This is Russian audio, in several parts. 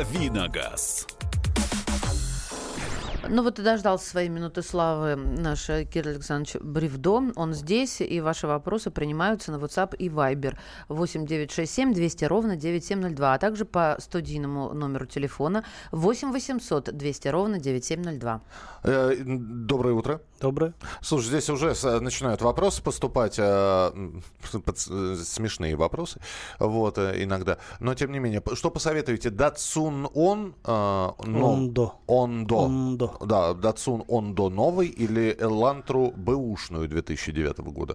Давиногаз. Ну вот и дождался своей минуты славы наш Кирилл Александрович Бревдо. Он здесь, и ваши вопросы принимаются на WhatsApp и Viber 8 967 200 ровно 9702, а также по студийному номеру телефона 8 800 200 ровно 9702. Доброе утро. Доброе. Слушай, здесь уже начинают вопросы поступать, смешные вопросы, вот, иногда. Но, тем не менее, что посоветуете? Datsun Ondo. Да, Datsun Ondo новый или Elantra бэушную 2009 года?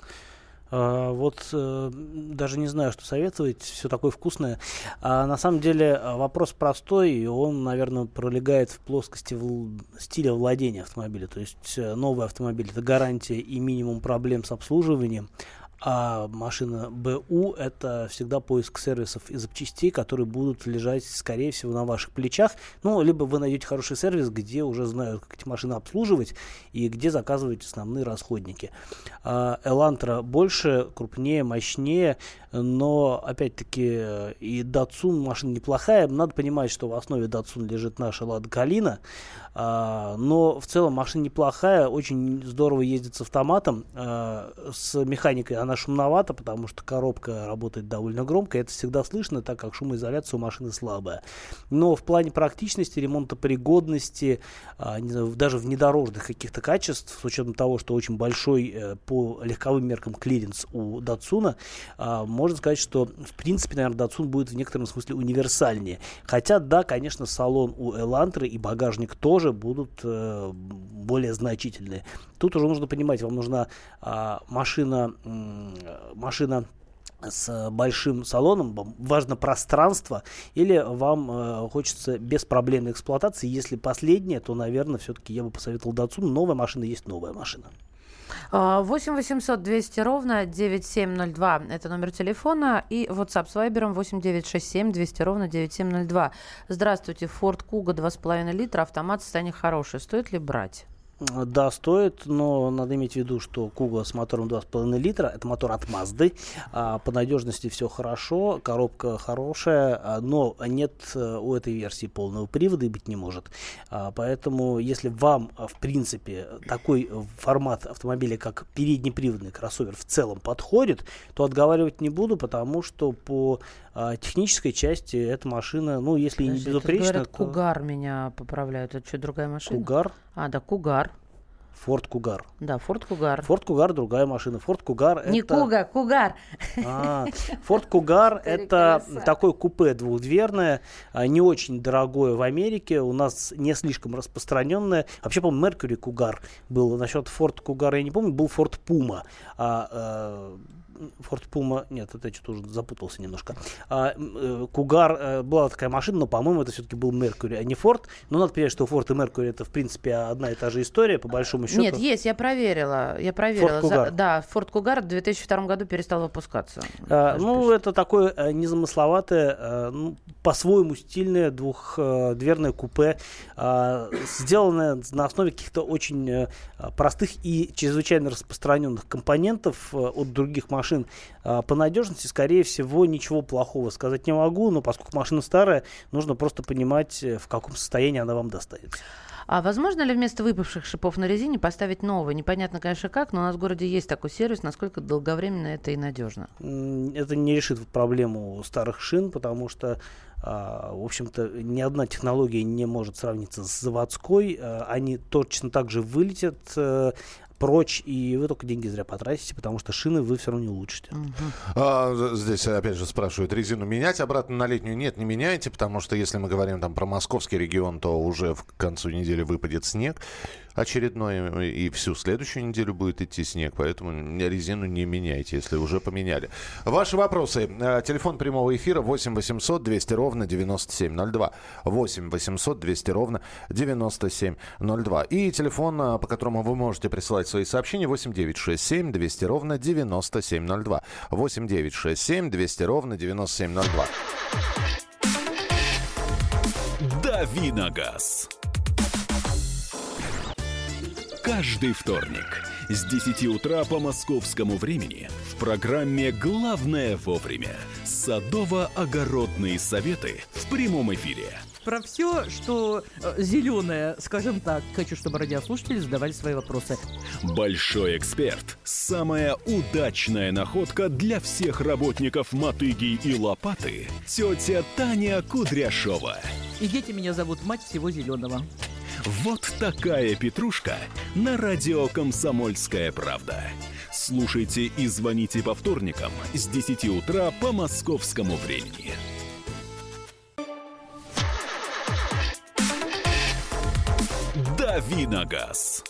Даже не знаю, что советовать, все такое вкусное. На самом деле вопрос простой, и он, наверное, пролегает в плоскости стиля владения автомобиля. То есть новый автомобиль – это гарантия и минимум проблем с обслуживанием. А машина БУ – это всегда поиск сервисов и запчастей, которые будут лежать, скорее всего, на ваших плечах. Ну, либо вы найдете хороший сервис, где уже знают, как эти машины обслуживать и где заказывать основные расходники. Elantra больше, крупнее, мощнее, но, опять-таки, и Datsun машина неплохая. Надо понимать, что в основе Datsun лежит наша Lada Kalina. Но в целом машина неплохая, очень здорово ездит с автоматом, с механикой она шумновата, потому что коробка работает довольно громко, это всегда слышно, так как шумоизоляция у машины слабая. Но в плане практичности, ремонтопригодности, даже внедорожных каких-то качеств, с учетом того, что очень большой по легковым меркам клиренс у Datsun, можно сказать, что в принципе, наверное, Datsun будет в некотором смысле универсальнее. Хотя, да, конечно, салон у Elantra и багажник тоже будут более значительные. Тут уже нужно понимать, вам нужна машина с большим салоном, вам важно пространство, или вам хочется беспроблемной эксплуатации. Если последнее, то, наверное, все-таки я бы посоветовал Datsun. Новая машина есть новая машина. 8 800 200 ровно 9702. Это номер телефона. И WhatsApp с Viber'ом 8 967 200 ровно 9702. Здравствуйте. Ford Kuga 2,5 литра. Автомат в состоянии хорошее. Стоит ли брать? Да, стоит, но надо иметь в виду, что Kuga с мотором 2,5 литра, это мотор от Mazda, по надежности все хорошо, коробка хорошая, но нет у этой версии полного привода и быть не может. Поэтому, если вам, в принципе, такой формат автомобиля, как переднеприводный кроссовер, в целом подходит, то отговаривать не буду, потому что по технической части эта машина, ну, если Подожди, не безупречна, говорят, то... Кугар меня поправляют. Это что, другая машина? Кугар? Да, Кугар. Ford Kuga. Да, Ford Kuga. Ford Kuga другая машина. Ford Kuga Не это... Kuga, Kugar. Ford Kuga это такое купе двухдверное, не очень дорогое в Америке, у нас не слишком распространенное. Вообще, по-моему, Mercury Kuga был. Насчет Ford Kuga я не помню, был Ford Puma. Ford Puma, нет, это я что-то уже запутался немножко. Kuga была такая машина, но, по-моему, это все-таки был Mercury, а не Ford. Но надо понять, что Ford и Mercury это, в принципе, одна и та же история, по большому счету. Нет, есть, я проверила. Ford Kuga. Да, Ford Kuga в 2002 году перестал выпускаться. Это такое незамысловатое, по-своему стильное двухдверное купе, сделанное на основе каких-то очень простых и чрезвычайно распространенных компонентов от других машин. По надежности, скорее всего, ничего плохого сказать не могу, но поскольку машина старая, нужно просто понимать, в каком состоянии она вам достанется. А возможно ли вместо выпавших шипов на резине поставить новые? Непонятно, конечно, как, но у нас в городе есть такой сервис. Насколько долговременно это и надежно? Это не решит проблему старых шин, потому что, в общем-то, ни одна технология не может сравниться с заводской. Они точно так же вылетят прочь, и вы только деньги зря потратите, потому что шины вы все равно не улучшите. Здесь, опять же, спрашивают, резину менять обратно на летнюю? Нет, не меняйте, потому что если мы говорим там про московский регион, то уже к концу недели выпадет снег очередной, и всю следующую неделю будет идти снег, поэтому резину не меняйте, если уже поменяли. Ваши вопросы. Телефон прямого эфира 8 800 200 ровно 9702. 8 800 200 ровно 9702. И телефон, по которому вы можете присылать свои сообщения, 8 967 200 ровно 9702. 8 967 200 ровно 9702. Давиногаз. Каждый вторник с 10 утра по московскому времени в программе «Главное вовремя». Садово-огородные советы в прямом эфире. Про все, что зеленое, скажем так. Хочу, чтобы радиослушатели задавали свои вопросы. Большой эксперт. Самая удачная находка для всех работников мотыги и лопаты. Тетя Таня Кудряшова. И дети меня зовут мать всего зеленого. Вот такая петрушка на радио «Комсомольская правда». Слушайте и звоните по вторникам с 10 утра по московскому времени. «Дави на газ».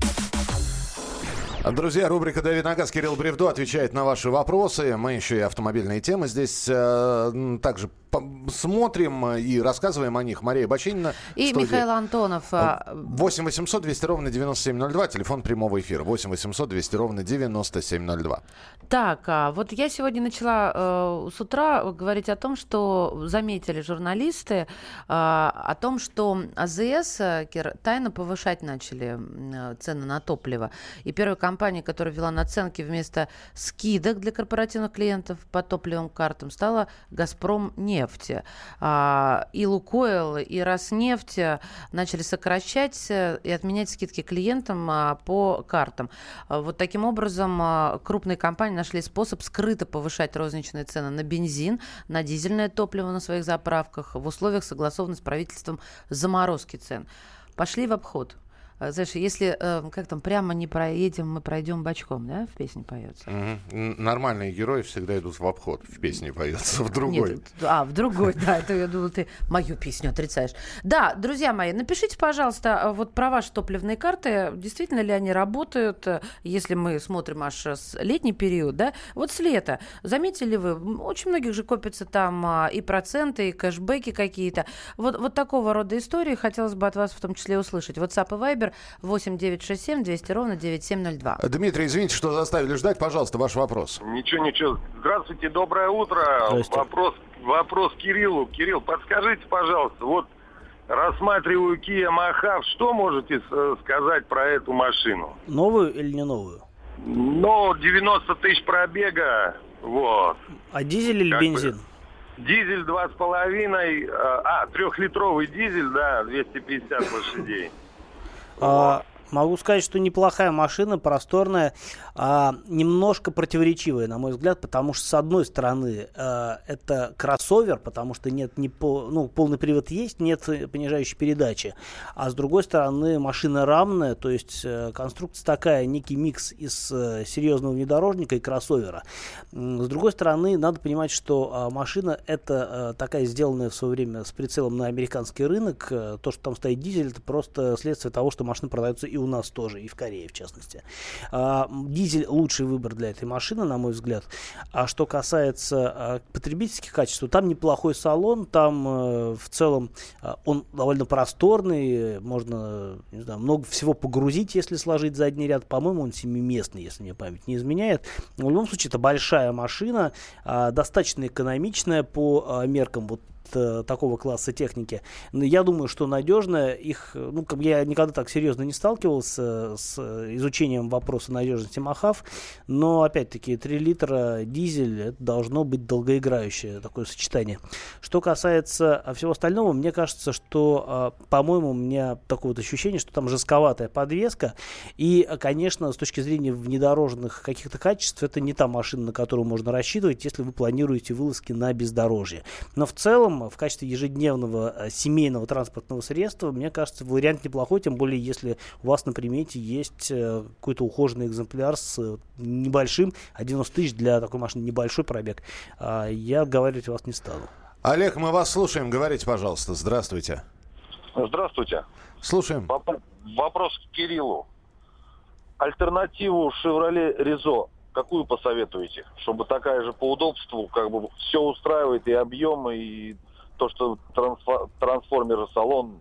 Друзья, рубрика «Дави на газ». Кирилл Бревдо отвечает на ваши вопросы. Мы еще и автомобильные темы здесь также смотрим и рассказываем о них. Мария Бачинина. И Михаил Антонов. 8 800 200 ровно 9702. Телефон прямого эфира. 8 800 200 ровно 9702. Так, вот я сегодня начала с утра говорить о том, что заметили журналисты, о том, что АЗС тайно повышать начали цены на топливо. И первая компания, которая ввела наценки вместо скидок для корпоративных клиентов по топливным картам, стала «Газпромнефть». И «Лукойл», и «Роснефть» начали сокращать и отменять скидки клиентам по картам. Вот таким образом крупные компании нашли способ скрыто повышать розничные цены на бензин, на дизельное топливо на своих заправках в условиях согласованной с правительством заморозки цен. Пошли в обход. Знаешь, если как там прямо не проедем, мы пройдем бочком, да, в песне поется. Нормальные герои всегда идут в обход, в песне поется, в другой. Нет, в другой, да, это я думала, ты мою песню отрицаешь. Да, друзья мои, напишите, пожалуйста, вот про ваши топливные карты, действительно ли они работают, если мы смотрим аж с летний период, да, вот с лета. Заметили ли вы, очень многих же копятся там и проценты, и кэшбэки какие-то. Вот такого рода истории хотелось бы от вас в том числе услышать. WhatsApp и Viber 8 967 200 ровно 9702. Дмитрий, извините, что заставили ждать. Пожалуйста, ваш вопрос. Ничего. Здравствуйте, доброе утро. Вопрос Кириллу. Кирилл, подскажите, пожалуйста, вот рассматриваю Kia Mahav. Что можете сказать про эту машину? Новую или не новую? 90 тысяч пробега. Вот. А дизель или бензин? Дизель 2,5. 3-литровый дизель, да, 250 лошадей. Могу сказать, что неплохая машина, просторная, немножко противоречивая, на мой взгляд, потому что, с одной стороны, это кроссовер, потому что нет полный привод есть, нет понижающей передачи, а с другой стороны, машина рамная, то есть конструкция такая, некий микс из серьезного внедорожника и кроссовера. С другой стороны, надо понимать, что машина это такая, сделанная в свое время с прицелом на американский рынок. То, что там стоит дизель, это просто следствие того, что машины продаются и у нас тоже, и в Корее, в частности. Дизель лучший выбор для этой машины, на мой взгляд. А что касается потребительских качеств, там неплохой салон, там в целом он довольно просторный, можно, не знаю, много всего погрузить, если сложить задний ряд. По-моему, он 7-местный, если мне память не изменяет. В любом случае, это большая машина, достаточно экономичная по меркам вот такого класса техники. Но я думаю, что надежная. Я никогда так серьезно не сталкивался с изучением вопроса надежности Mahav, но, опять-таки, 3 литра дизель, это должно быть долгоиграющее такое сочетание. Что касается всего остального, мне кажется, что, по-моему, у меня такое вот ощущение, что там жестковатая подвеска, и, конечно, с точки зрения внедорожных каких-то качеств, это не та машина, на которую можно рассчитывать, если вы планируете вылазки на бездорожье. Но в целом, в качестве ежедневного семейного транспортного средства, мне кажется, вариант неплохой, тем более, если у вас на примете есть какой-то ухоженный экземпляр с небольшим, 90 тысяч для такой машины небольшой пробег, я отговаривать вас не стану. Олег, мы вас слушаем. Говорите, пожалуйста. Здравствуйте. Здравствуйте. Слушаем. Вопрос к Кириллу. Альтернативу Chevrolet Rezo какую посоветуете? Чтобы такая же по удобству, как бы все устраивает, и объемы, и то, что трансформер и салон.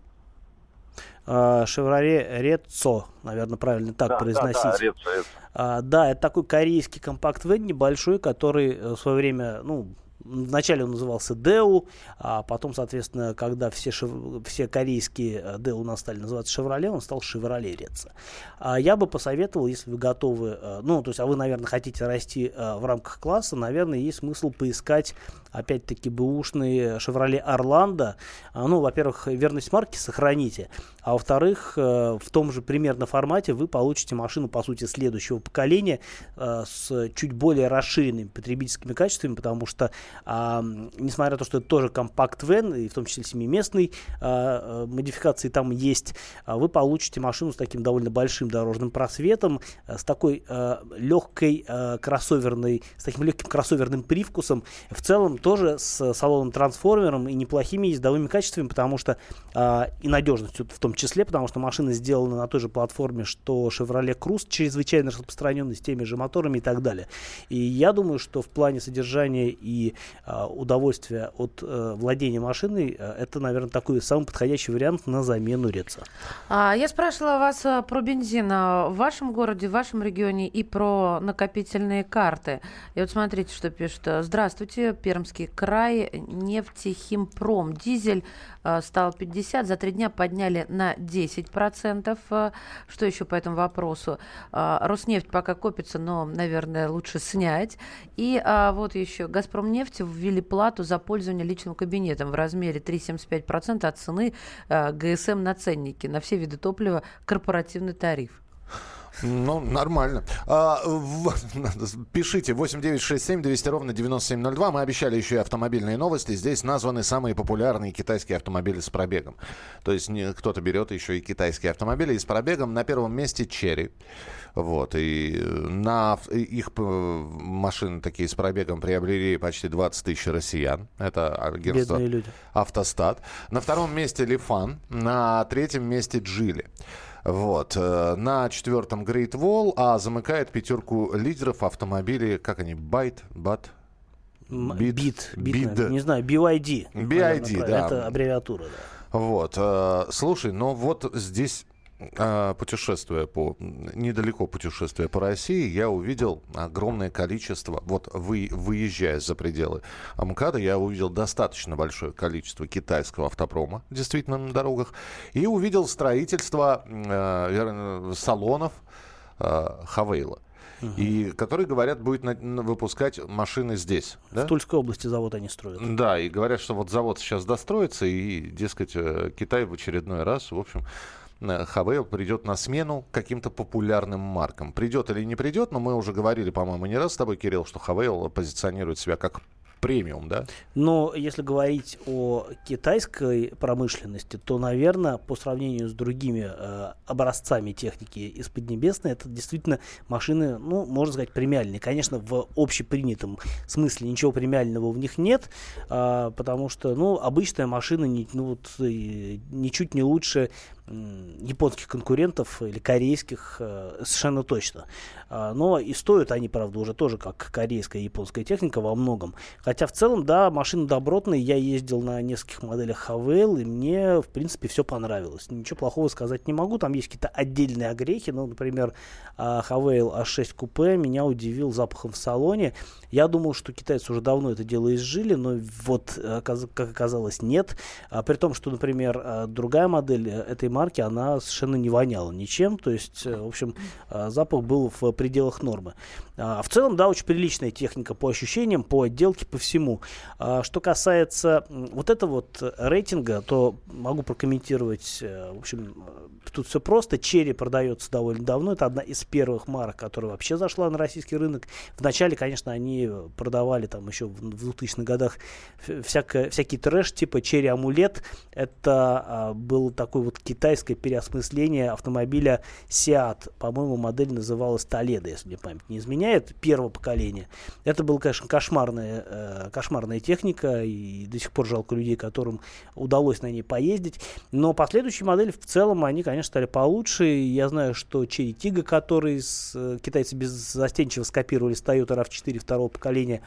Chevrolet Rezo, наверное, правильно так произносить. Да, это такой корейский компакт-вэн небольшой, который в свое время, Вначале он назывался Deo, а потом, соответственно, когда все корейские Deo у нас стали называться Chevrolet, он стал Chevrolet Reza. Я бы посоветовал, если вы готовы, то есть, вы, наверное, хотите расти в рамках класса, наверное, есть смысл поискать, опять-таки, бэушный Chevrolet Orlando. Во-первых, верность марки сохраните, а во-вторых, в том же примерно формате вы получите машину, по сути, следующего поколения с чуть более расширенными потребительскими качествами, потому что, несмотря на то, что это тоже компакт-вэн, и в том числе семиместной модификации там есть, вы получите машину с таким довольно большим дорожным просветом, с такой с таким легким кроссоверным привкусом, в целом тоже с салоном-трансформером и неплохими ездовыми качествами, потому что и надежностью в том числе, потому что машина сделана на той же платформе, что Chevrolet Cruze, чрезвычайно распространенный, с теми же моторами и так далее. И я думаю, что в плане содержания и удовольствия от владения машиной, это, наверное, такой самый подходящий вариант на замену Рецо. Я спрашивала вас про бензин в вашем городе, в вашем регионе и про накопительные карты. И вот смотрите, что пишут. Здравствуйте, Пермский край, нефтехимпром. Дизель стал 50, за 3 дня подняли на 10%. Что еще по этому вопросу? Роснефть пока копится, но, наверное, лучше снять. И вот еще. Газпромнефть ввели плату за пользование личным кабинетом в размере 3,75% от цены ГСМ на ценники. На все виды топлива корпоративный тариф. Нормально. Пишите 8967-200-97-02. Мы обещали еще и автомобильные новости. Здесь названы самые популярные китайские автомобили с пробегом. То есть кто-то берет еще и китайские автомобили. И с пробегом на первом месте Chery. Вот. И на их машины такие с пробегом приобрели почти 20 тысяч россиян. Это агентство «Автостат». На втором месте Lifan. На третьем месте Geely. Вот. На 4-м Great Wall, а замыкает 5 лидеров автомобилей, как они, Byte, не знаю, BYD. BYD, наверное, да. Это аббревиатура, да. Вот. Слушай, вот здесь, недалеко путешествуя по России, я увидел огромное количество, выезжая за пределы МКАДа, я увидел достаточно большое количество китайского автопрома, действительно, на дорогах, и увидел строительство салонов Хавейла. И который, говорят, будет выпускать машины здесь. В Тульской области завод они строят. Да, и говорят, что вот завод сейчас достроится, и, дескать, Китай в очередной раз, в общем, Хавейл придет на смену каким-то популярным маркам. Придет или не придет, но мы уже говорили, по-моему, не раз с тобой, Кирилл, что Хавейл позиционирует себя как премиум, да? Но если говорить о китайской промышленности, то, наверное, по сравнению с другими образцами техники из Поднебесной, это действительно машины, можно сказать, премиальные. Конечно, в общепринятом смысле ничего премиального в них нет, потому что, обычная машина ничуть не лучше японских конкурентов или корейских совершенно точно. Но и стоят они, правда, уже тоже как корейская и японская техника во многом. Хотя в целом, да, машины добротные. Я ездил на нескольких моделях Хавейл, и мне, в принципе, все понравилось. Ничего плохого сказать не могу. Там есть какие-то отдельные огрехи. Например, Хавейл А6 купе меня удивил запахом в салоне. Я думал, что китайцы уже давно это дело изжили, но вот, как оказалось, нет. При том, что, например, другая модель этой марки, она совершенно не воняла ничем. То есть, в общем, запах был в пределах нормы. В целом, да, очень приличная техника по ощущениям, по отделке, по всему. Что касается вот этого рейтинга, то могу прокомментировать. В общем, тут все просто. Chery продается довольно давно. Это одна из первых марок, которая вообще зашла на российский рынок. Вначале, конечно, они продавали там еще в 2000-х годах всякий трэш, типа Chery Амулет. Это было такое китайское переосмысление автомобиля Seat. По-моему, модель называлась Toledo, если мне память не изменяет, первого поколения. Это была, конечно, кошмарная техника, и до сих пор жалко людей, которым удалось на ней поездить. Но последующие модели в целом, они, конечно, стали получше. Я знаю, что Chery Tiggo, который китайцы беззастенчиво скопировали с Toyota RAV4 второго поколения,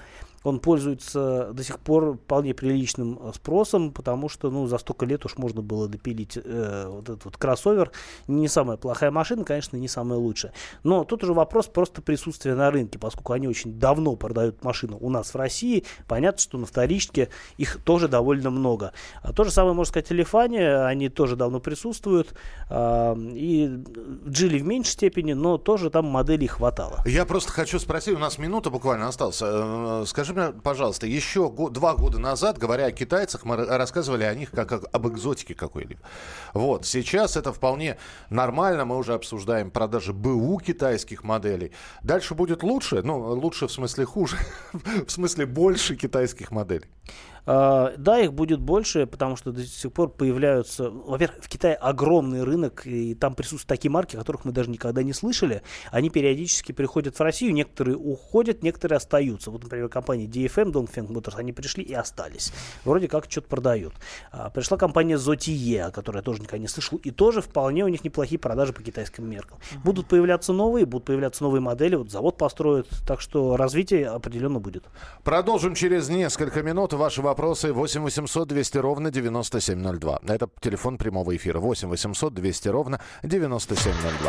он пользуется до сих пор вполне приличным спросом, потому что за столько лет уж можно было допилить вот этот вот кроссовер. Не самая плохая машина, конечно, не самая лучшая. Но тут уже вопрос просто присутствия на рынке, поскольку они очень давно продают машину у нас в России. Понятно, что на вторичке их тоже довольно много. То же самое можно сказать о Лифане, они тоже давно присутствуют. И Джили в меньшей степени, но тоже там моделей хватало. Я просто хочу спросить, у нас минута буквально осталась. Скажи мне, пожалуйста, еще 2 года назад, говоря о китайцах, мы рассказывали о них как об экзотике какой-либо. Вот, сейчас это вполне нормально, мы уже обсуждаем продажи БУ китайских моделей. Дальше будет лучше, лучше в смысле хуже, в смысле больше китайских моделей. Да, их будет больше, потому что до сих пор появляются... Во-первых, в Китае огромный рынок, и там присутствуют такие марки, о которых мы даже никогда не слышали. Они периодически приходят в Россию, некоторые уходят, некоторые остаются. Вот, например, компания DFM, Dongfeng Motors, они пришли и остались. Вроде как что-то продают. Пришла компания Zotie, о которой я тоже никогда не слышал, и тоже вполне у них неплохие продажи по китайским меркам. Будут появляться новые модели, вот завод построят, так что развитие определенно будет. Продолжим через несколько минут. Ваши вопросы 8 800 200 ровно 9702. Это телефон прямого эфира. 8 800 200 ровно 9702.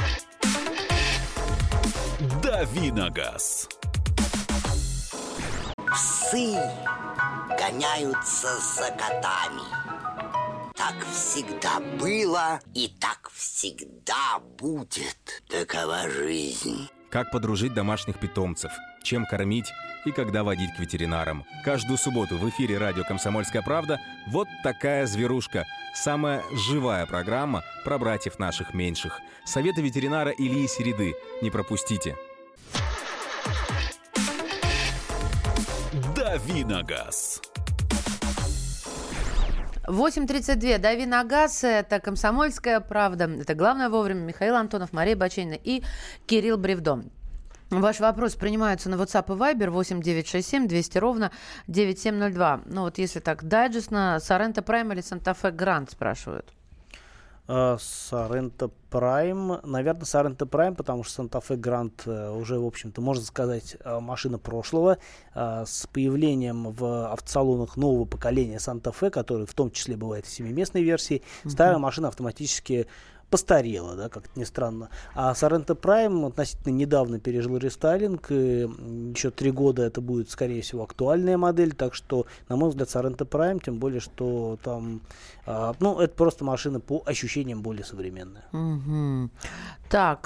Дави на газ. Псы гоняются за котами. Так всегда было и так всегда будет. Такова жизнь. Как подружить домашних питомцев, чем кормить и когда водить к ветеринарам. Каждую субботу в эфире радио «Комсомольская правда» вот такая зверушка. Самая живая программа про братьев наших меньших. Советы ветеринара Ильи Середы. Не пропустите. Дави на газ. 8:32. Дави на газ. Это «Комсомольская правда». Это «Главное вовремя». Михаил Антонов, Мария Баченина и Кирилл Бревдо. Ваши вопросы принимаются на WhatsApp и Viber 8967 200 ровно 9702. Если так дайджестно, Sorento Prime или Santa Fe Grand спрашивают? Sorento Prime, наверное, Sorento Prime, потому что Santa Fe Grand уже, в общем-то, можно сказать, машина прошлого. С появлением в автосалонах нового поколения Santa Fe, который в том числе бывает в 7-местной версии, старая машина автоматически постарела, да, как-то не странно. А Sorento Prime относительно недавно пережил рестайлинг, и еще 3 года это будет, скорее всего, актуальная модель, так что, на мой взгляд, Sorento Prime, тем более, что там, это просто машина по ощущениям более современная. Так,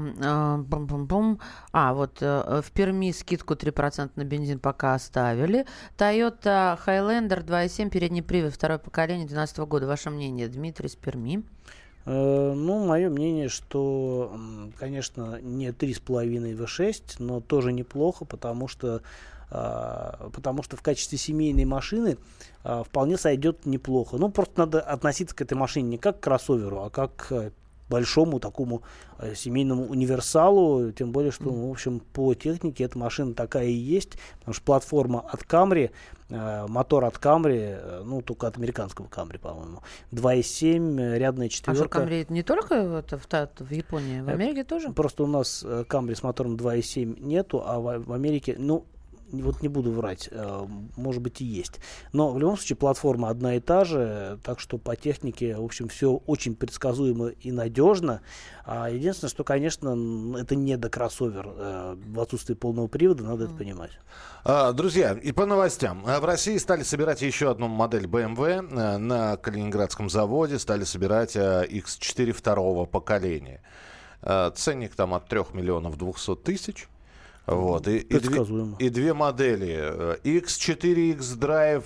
в Перми скидку 3% на бензин пока оставили. Toyota Highlander 2.7, передний привод, второе поколение, 2012 года. Ваше мнение, Дмитрий из Перми? Мое мнение, что, конечно, не 3,5 V6, но тоже неплохо, потому что в качестве семейной машины вполне сойдет неплохо. Просто надо относиться к этой машине не как к кроссоверу, а как к большому такому семейному универсалу, тем более, что, в общем, по технике эта машина такая и есть, потому что платформа от Camry, мотор от Camry, только от американского Camry, по-моему, 2.7, рядная четверка. А что, Camry не только в Японии, в Америке тоже? Просто у нас Camry с мотором 2.7 нету, а в Америке, не буду врать, может быть и есть. Но в любом случае платформа одна и та же, так что по технике, в общем, все очень предсказуемо и надежно. Единственное, что, конечно, это не докроссовер в отсутствии полного привода, надо это понимать. Друзья, и по новостям. В России стали собирать еще одну модель BMW на Калининградском заводе. Стали собирать X4 второго поколения. Ценник там от 3 миллионов 200 тысяч. Вот. И 2 модели. X4 X-Drive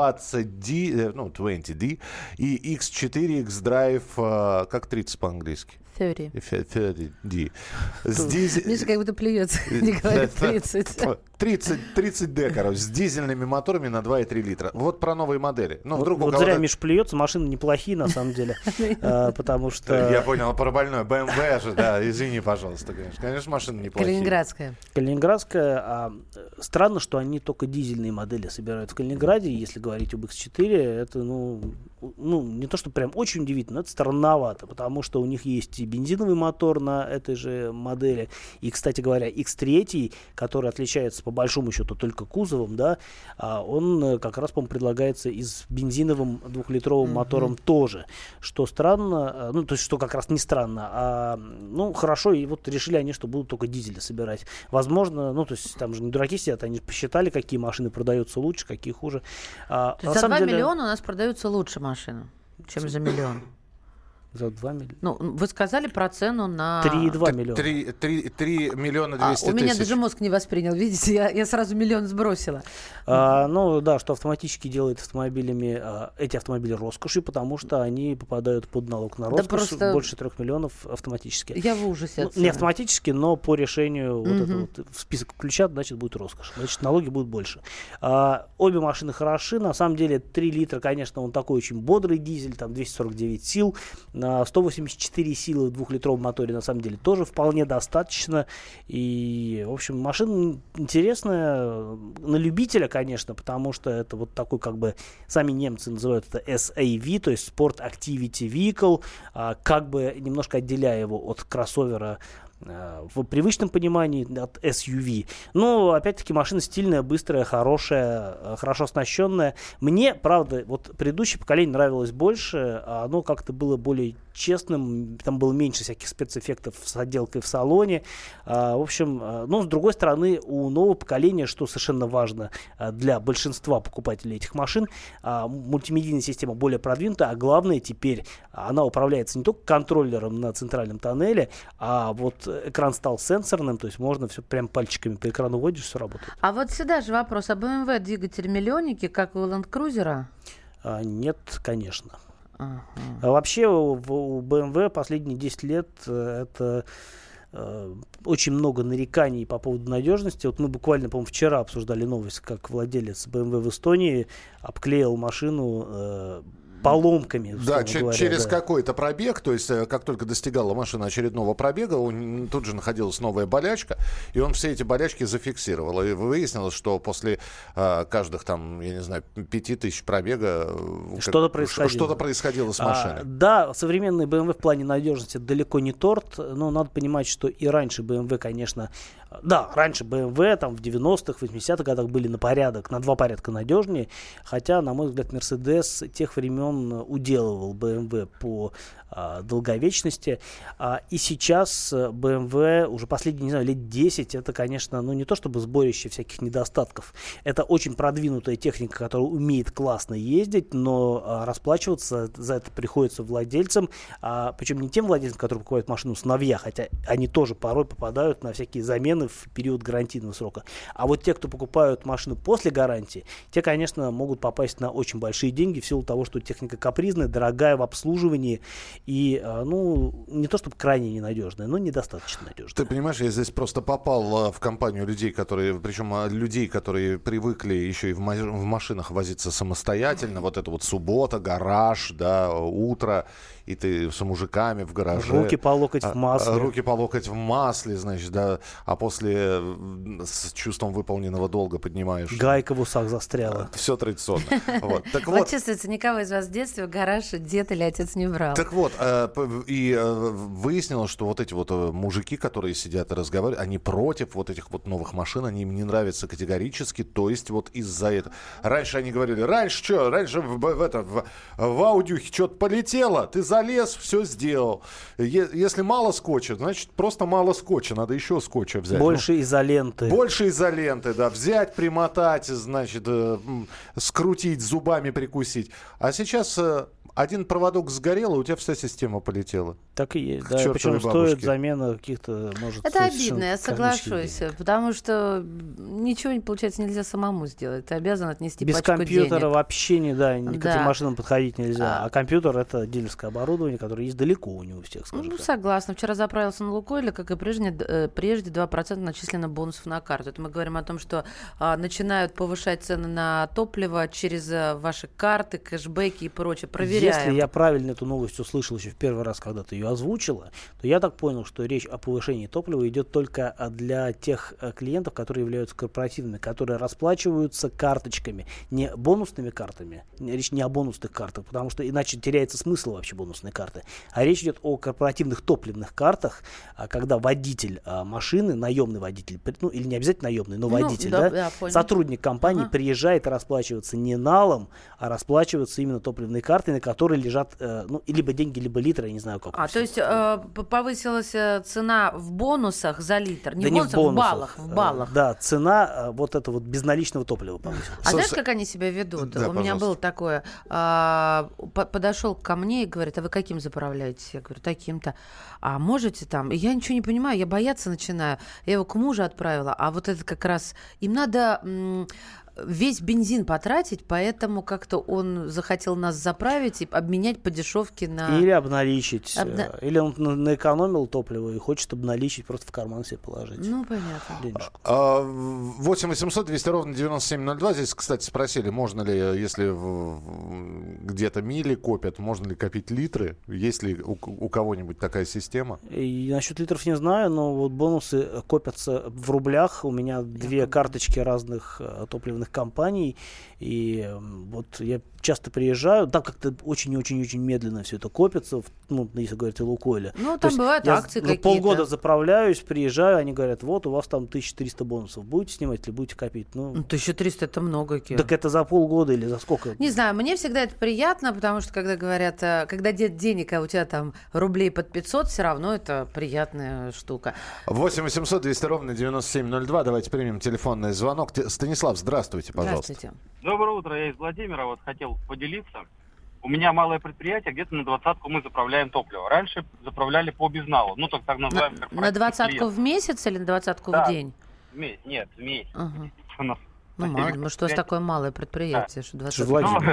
20D и X4 X-Drive, как 30 по-английски? 30. 30D. Миша как будто плюется, не говорит 30. 30D, с дизельными моторами на 2,3 литра. Вот про новые модели. Зря Миша плюется, машины неплохие на самом деле, потому что... Я понял, про больное. BMW же, да, извини, пожалуйста, конечно. Конечно, машины неплохие. Калининградская. Странно, что они только дизельные модели собирают в Калининграде, если говорить об X4, это, не то, что прям очень удивительно, это странновато, потому что у них есть и бензиновый мотор на этой же модели. И, кстати говоря, X3, который отличается по большому счету только кузовом, да, он как раз, по-моему, предлагается и с бензиновым 2-литровым мотором тоже, что странно, ну, то есть, что как раз не странно, ну, хорошо, и вот решили они, что будут только дизели собирать. Возможно, ну, то есть, там же не дураки сидят, они посчитали, какие машины продаются лучше, какие хуже. То есть за 2 миллиона у нас продаются лучше машины, чем за миллион. За 2 миллиона. Ну, вы сказали про цену на... 3,2 миллиона. 3 миллиона 200 тысяч. У меня даже мозг не воспринял, видите, я сразу миллион сбросила. Ну, да, что автоматически делает автомобилями, эти автомобили роскошью, потому что они попадают под налог на роскошь, просто... больше 3 миллионов автоматически. Я в ужасе. Не автоматически, но по решению вот это вот в список включат, значит, будет роскошь. Значит, налоги будут больше. Обе машины хороши, на самом деле 3 литра, конечно, он такой очень бодрый дизель, там 249 сил, на 184 силы в 2-литровом моторе на самом деле тоже вполне достаточно. И, в общем, машина интересная на любителя, конечно, потому что это вот такой, как бы, сами немцы называют это SAV, то есть Sport Activity Vehicle, как бы немножко отделяя его от кроссовера в привычном понимании от SUV. Но, опять-таки, машина стильная, быстрая, хорошая, хорошо оснащенная. Мне, правда, вот предыдущее поколение нравилось больше, оно как-то было более честным, там было меньше всяких спецэффектов с отделкой в салоне. В общем, но, с другой стороны, у нового поколения, что совершенно важно для большинства покупателей этих машин, мультимедийная система более продвинута, а главное, теперь она управляется не только контроллером на центральном тоннеле, а вот экран стал сенсорным, то есть можно все прям пальчиками по экрану водишь, все работает. А вот сюда же вопрос. А BMW двигатель миллионники, как у Land Cruiser? Нет, конечно. Вообще у BMW последние 10 лет это очень много нареканий по поводу надежности. Вот мы буквально, по-моему, вчера обсуждали новость, как владелец BMW в Эстонии обклеил машину поломками. Да, через какой-то пробег, то есть как только достигала машина очередного пробега, тут же находилась новая болячка, и он все эти болячки зафиксировал. И выяснилось, что после каждых, там, я не знаю, 5000 пробега что-то происходило с машиной. Да, современный BMW в плане надежности далеко не торт, но надо понимать, что и раньше BMW, конечно, да, раньше BMW там в 90-х, 80-х годах были на 2 порядка надежнее, хотя, на мой взгляд, Mercedes тех времен уделывал BMW по долговечности. И сейчас BMW уже последние, не знаю, лет 10, это, конечно, ну не то чтобы сборище всяких недостатков. Это очень продвинутая техника, которая умеет классно ездить, но расплачиваться за это приходится владельцам, причем не тем владельцам, которые покупают машину с новья, хотя они тоже порой попадают на всякие замены в период гарантийного срока. А вот те, кто покупают машину после гарантии, те, конечно, могут попасть на очень большие деньги в силу того, что техника капризная, дорогая в обслуживании и, ну, не то чтобы крайне ненадежная, но недостаточно надежная. Ты понимаешь, я здесь просто попал в компанию людей, которые привыкли еще и в машинах возиться самостоятельно. Вот это вот суббота, гараж, да, утро, и ты с мужиками в гараже. Руки по локоть в масле. Руки по локоть в масле, значит, да. А после с чувством выполненного долга поднимаешь. Гайка в усах застряла. Все традиционно. Вот чувствуется, никого из вас в детстве в гараж дед или отец не брал. Так вот, и выяснилось, что вот эти вот мужики, которые сидят и разговаривают, они против вот этих вот новых машин, они им не нравятся категорически, то есть вот из-за этого. Раньше они говорили, раньше в аудиухе что-то полетело, ты залез, все сделал. Если мало скотча, значит просто мало скотча, надо еще скотча взять. Больше изоленты. Больше изоленты, да, взять, примотать, значит, скрутить, зубами прикусить. А сейчас один проводок сгорел, и у тебя вся система полетела. Так и есть, да. Причем стоит замена каких-то, может... Это обидно, я соглашусь, потому что ничего, получается, нельзя самому сделать. Ты обязан отнести без пачку компьютера денег. Вообще к этим машинам подходить нельзя. А компьютер — это дилерское оборудование, которое есть далеко у него у всех, скажем так. Согласна. Вчера заправился на Лукойле, как и прежде 2% начислено бонусов на карту. Это мы говорим о том, что начинают повышать цены на топливо через ваши карты, кэшбэки и прочее. Проверяйте. проверяем. Если я правильно эту новость услышал еще в первый раз, когда ты ее озвучила, то я так понял, что речь о повышении топлива идет только для тех клиентов, которые являются корпоративными, которые расплачиваются карточками, не бонусными картами. Речь не о бонусных картах, потому что иначе теряется смысл вообще бонусной карты. А речь идет о корпоративных топливных картах, когда водитель машины, наемный водитель, ну или не обязательно наемный, но водитель, сотрудник компании приезжает расплачиваться не налом, а расплачиваться именно топливной картой, на которой лежат либо деньги, либо литры, я не знаю как. То есть повысилась цена в бонусах за литр? Не в бонусах, в баллах. Да, цена вот этого вот безналичного топлива повысилась. А знаешь, как они себя ведут? Да, у меня было такое. Подошел ко мне и говорит: а вы каким заправляетесь? Я говорю: таким-то. А можете там? И я ничего не понимаю, я бояться начинаю. Я его к мужу отправила, а вот это как раз... Им надо... весь бензин потратить, поэтому как-то он захотел нас заправить и обменять по дешевке на... Или обналичить. Или он наэкономил топливо и хочет обналичить, просто в карман себе положить. Ну, понятно. Денежку. 8 800 200 ровно 9702. Здесь, кстати, спросили, можно ли, если где-то мили копят, можно ли копить литры? Есть ли у кого-нибудь такая система? И насчет литров не знаю, но вот бонусы копятся в рублях. У меня две карточки разных топливных компаний, и вот я часто приезжаю, там как-то очень-очень-очень медленно все это копится, если говорить о Лукойле. Ну, там бывают акции какие-то. Полгода заправляюсь, приезжаю, они говорят: вот у вас там 1300 бонусов, будете снимать или будете копить? 1300 это много, Кир. Так это за полгода или за сколько? Не знаю, мне всегда это приятно, потому что когда говорят, когда нет денег, а у тебя там рублей под 500, все равно это приятная штука. 8 800 200 ровно 9702. Давайте примем телефонный звонок. Станислав, здравствуйте, пожалуйста. Здравствуйте. Доброе утро, я из Владимира, вот хотел поделиться. У меня малое предприятие, где-то на 20-ку мы заправляем топливо. Раньше заправляли по безналу, так называемый на 20-ку в месяц или на 20-ку в день? Нет, в месяц. Ага. Мало ли, что ж такое малое предприятие, что 20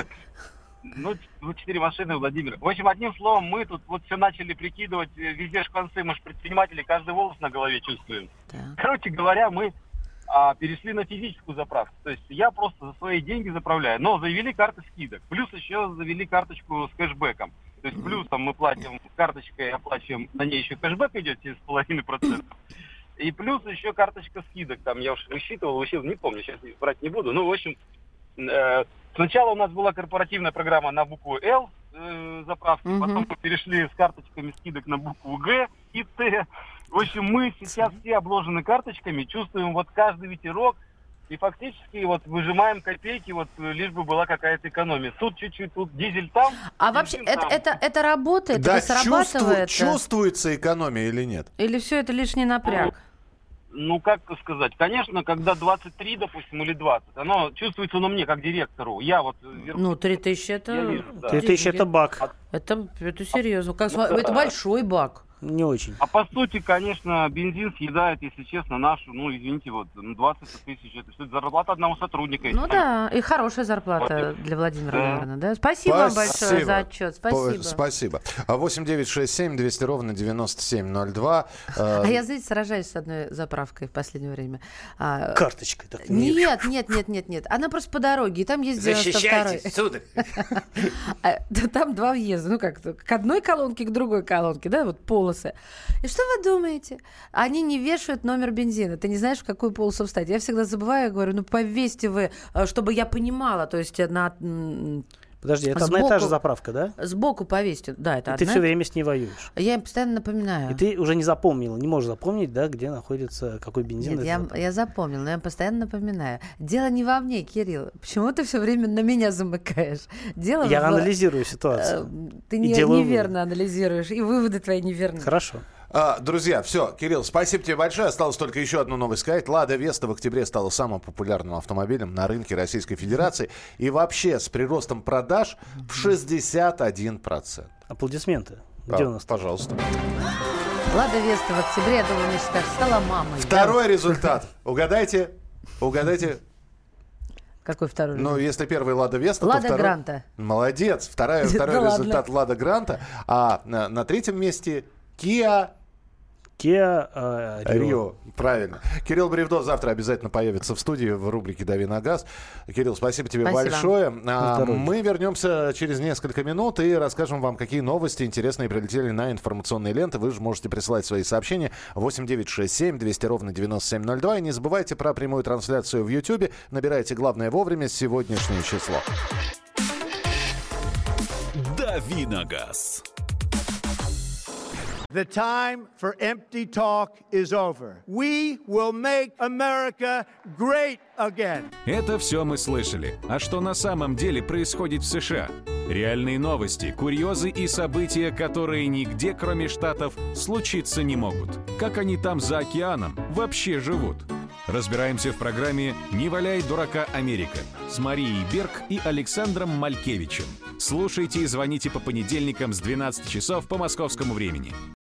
4 машины в Владимире. В общем, одним словом, мы тут вот все начали прикидывать, везде шканцы, мы же предприниматели, каждый волос на голове чувствуем. Так. Короче говоря, мы перешли на физическую заправку. То есть я просто за свои деньги заправляю. Но завели карты скидок. Плюс еще завели карточку с кэшбэком. То есть плюсом мы платим карточкой, оплачиваем, на ней еще кэшбэк идет 7,5%. И плюс еще карточка скидок. Там я уж высчитывал, не помню, сейчас брать не буду. В общем, сначала у нас была корпоративная программа на букву «Л» заправки, потом мы перешли с карточками скидок на букву «Г» и «Т». В общем, мы сейчас все обложены карточками, чувствуем вот каждый ветерок и фактически вот выжимаем копейки, вот лишь бы была какая-то экономия. Тут чуть-чуть, тут дизель там. А вообще это работает? Да, это срабатывает? чувствуется экономия или нет? Или все это лишний напряг? Как сказать, конечно, когда 23, допустим, или 20, оно чувствуется на мне, как директору. Я вот... 3000 это... 3000 это бак. Это серьезно. Это большой бак. Не очень. А по сути, конечно, бензин съедает, если честно, нашу, 20 тысяч. Это все зарплата одного сотрудника. И хорошая зарплата для Владимира, наверное, да? Спасибо вам большое за отчет. Спасибо. 8 9 6 7 200 ровно 9702. А я, знаете, сражаюсь с одной заправкой в последнее время. Карточкой. Нет. Она просто по дороге, и там есть 92-й. Защищайтесь, сударь. Там два въезда. К одной колонке, к другой колонке, да, вот полосы. И что вы думаете? Они не вешают номер бензина. Ты не знаешь, в какую полосу встать. Я всегда забываю, говорю, повесьте вы, чтобы я понимала. То есть на... Подожди, это одна и та же заправка, да? Сбоку повесьте. Да, это и одна. Ты все время с ней воюешь. Я им постоянно напоминаю. И ты уже не запомнила, не можешь запомнить, да, где находится какой бензин. Нет, я запомнила, но я постоянно напоминаю. Дело не во мне, Кирилл. Почему ты все время на меня замыкаешь? Я анализирую ситуацию. Ты неверно анализируешь, и выводы твои неверные. Хорошо. Друзья, все, Кирилл, спасибо тебе большое. Осталось только еще одну новость сказать. «Лада Веста» в октябре стала самым популярным автомобилем на рынке Российской Федерации. И вообще с приростом продаж в 61%. Аплодисменты. Где у нас? Пожалуйста. «Лада Веста» в октябре, я думаю, Миша, стала мамой. Второй результат. Угадайте. Какой второй результат? Если первый «Лада Веста», то второй... «Лада Гранта». Молодец. Второй результат «Лада Гранта». А на третьем месте Kia Kia Rio. Правильно. Кирилл Бревдо завтра обязательно появится в студии в рубрике «Дави на газ». Кирилл, спасибо тебе большое. Мы вернемся через несколько минут и расскажем вам, какие новости интересные прилетели на информационные ленты. Вы же можете присылать свои сообщения 8967 200 ровно 9702. И не забывайте про прямую трансляцию в YouTube. Набирайте главное вовремя, сегодняшнее число. «Дави на газ». The time for empty talk is over. We will make America great again. Это все мы слышали. А что на самом деле происходит в США? Реальные новости, курьезы и события, которые нигде, кроме Штатов, случиться не могут. Как они там за океаном вообще живут? Разбираемся в программе «Не валяй дурака, Америка» с Марией Берг и Александром Малькевичем. Слушайте и звоните по понедельникам с 12 часов по московскому времени.